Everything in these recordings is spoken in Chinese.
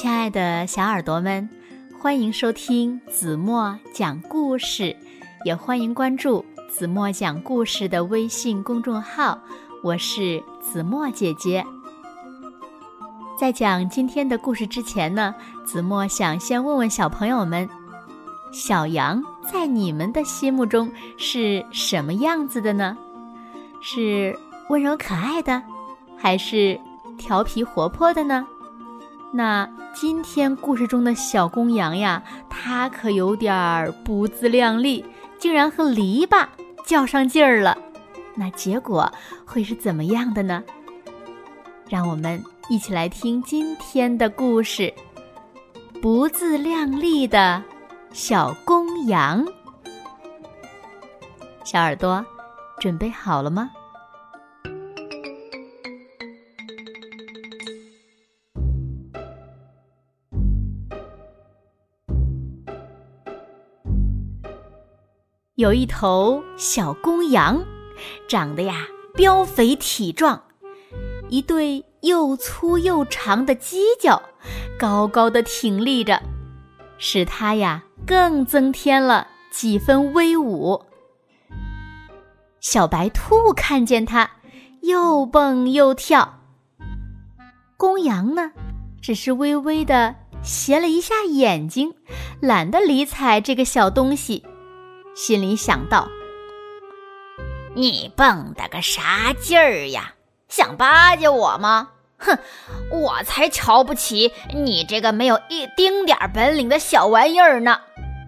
亲爱的小耳朵们，欢迎收听子墨讲故事，也欢迎关注子墨讲故事的微信公众号，我是子墨姐姐。在讲今天的故事之前呢，子墨想先问问小朋友们，小羊在你们的心目中是什么样子的呢？是温柔可爱的，还是调皮活泼的呢？那今天故事中的小公羊呀，它可有点不自量力，竟然和篱笆较上劲儿了。那结果会是怎么样的呢？让我们一起来听今天的故事，不自量力的小公羊。小耳朵准备好了吗？有一头小公羊，长得呀膘肥体壮，一对又粗又长的犄角高高的挺立着，使它呀更增添了几分威武。小白兔看见它，又蹦又跳。公羊呢，只是微微地斜了一下眼睛，懒得理睬这个小东西，心里想到： 你蹦的个啥劲儿呀？想巴结我吗？哼，我才瞧不起你这个没有一丁点本领的小玩意儿呢。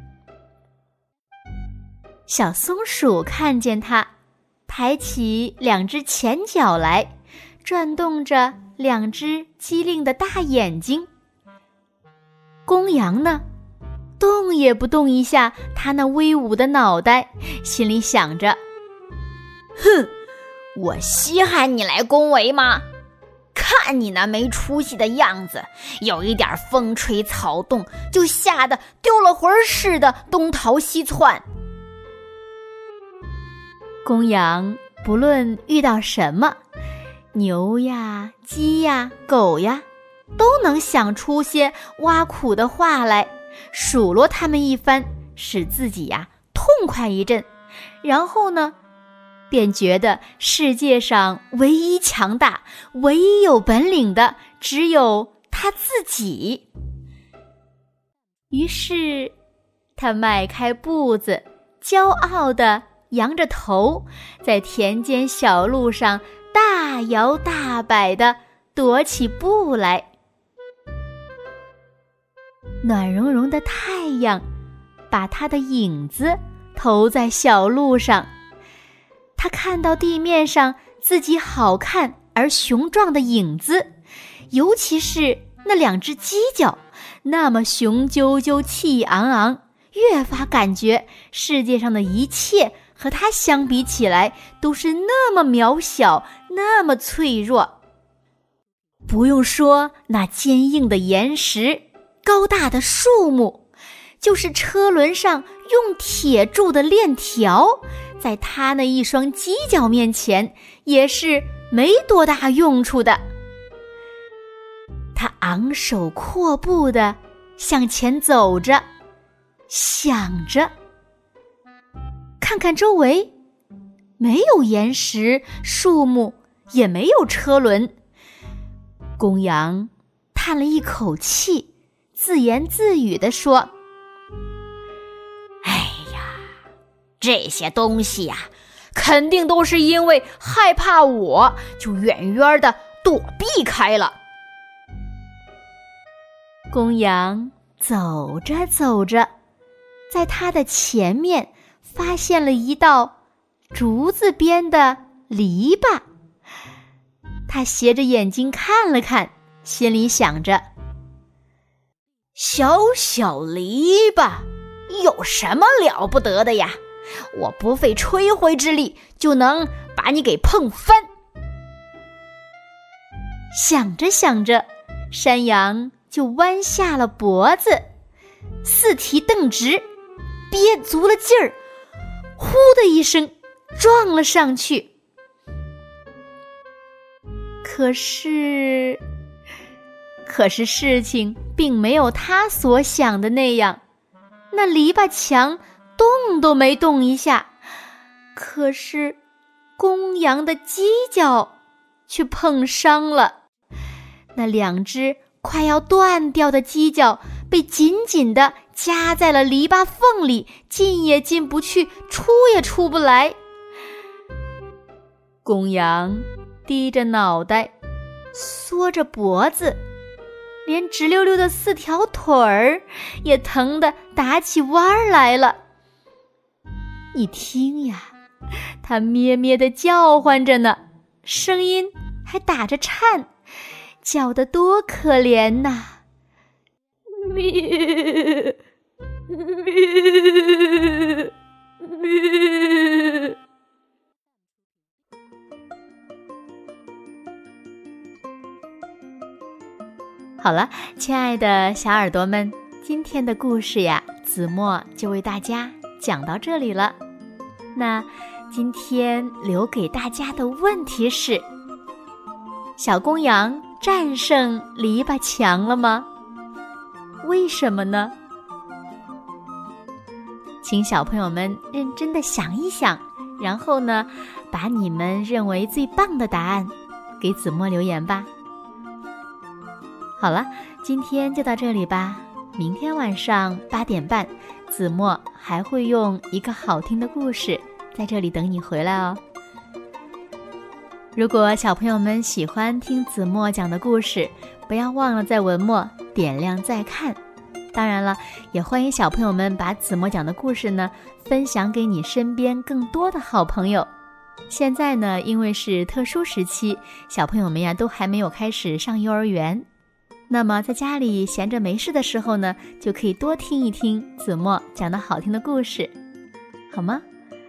小松鼠看见它，抬起两只前脚来，转动着两只机灵的大眼睛。公羊呢，动也不动一下他那威武的脑袋，心里想着： 哼，我稀罕你来恭维吗？看你那没出息的样子，有一点风吹草动就吓得丢了魂似的东逃西窜。 公羊不论遇到什么，牛呀、鸡呀、狗呀，都能想出些挖苦的话来，数落他们一番，使自己呀痛快一阵，然后呢，便觉得世界上唯一强大、唯一有本领的只有他自己。于是他迈开步子，骄傲地扬着头，在田间小路上大摇大摆地踱起步来。暖融融的太阳把他的影子投在小路上，他看到地面上自己好看而雄壮的影子，尤其是那两只犄角，那么雄赳赳气昂昂，越发感觉世界上的一切和他相比起来都是那么渺小，那么脆弱。不用说那坚硬的岩石，高大的树木，就是车轮上用铁铸的链条，在他那一双犄角面前也是没多大用处的。他昂首阔步地向前走着，想着，看看周围，没有岩石、树木，也没有车轮。公羊叹了一口气，自言自语地说： 哎呀，这些东西呀，肯定都是因为害怕我，就远远地躲避开了。 公羊走着走着，在他的前面发现了一道竹子编的篱笆。他斜着眼睛看了看，心里想着： 小小篱笆有什么了不得的呀？我不费吹灰之力就能把你给碰翻。 想着想着，山羊就弯下了脖子，四蹄蹬直，憋足了劲儿，呼的一声撞了上去。可是可是事情并没有他所想的那样，那篱笆墙动都没动一下，可是公羊的犄角却碰伤了。那2只快要断掉的犄角被紧紧地夹在了篱笆缝里，进也进不去，出也出不来。公羊低着脑袋，缩着脖子，连直溜溜的4条腿儿也疼得打起弯来了。你听呀，它咩咩地叫唤着呢，声音还打着颤，叫得多可怜呐！咩咩咩。好了，亲爱的小耳朵们，今天的故事呀，子墨就为大家讲到这里了。那今天留给大家的问题是：小公羊战胜篱笆墙了吗？为什么呢？请小朋友们认真地想一想，然后呢，把你们认为最棒的答案给子墨留言吧。好了，今天就到这里吧。明天晚上8点半，子墨还会用一个好听的故事在这里等你回来哦。如果小朋友们喜欢听子墨讲的故事，不要忘了在文末点亮再看。当然了，也欢迎小朋友们把子墨讲的故事呢分享给你身边更多的好朋友。现在呢，因为是特殊时期，小朋友们呀都还没有开始上幼儿园，那么在家里闲着没事的时候呢，就可以多听一听子墨讲的好听的故事，好吗？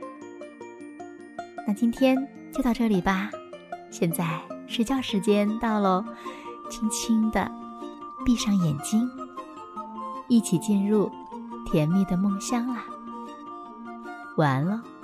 那今天就到这里吧，现在睡觉时间到喽，轻轻地闭上眼睛，一起进入甜蜜的梦乡啦。晚安喽。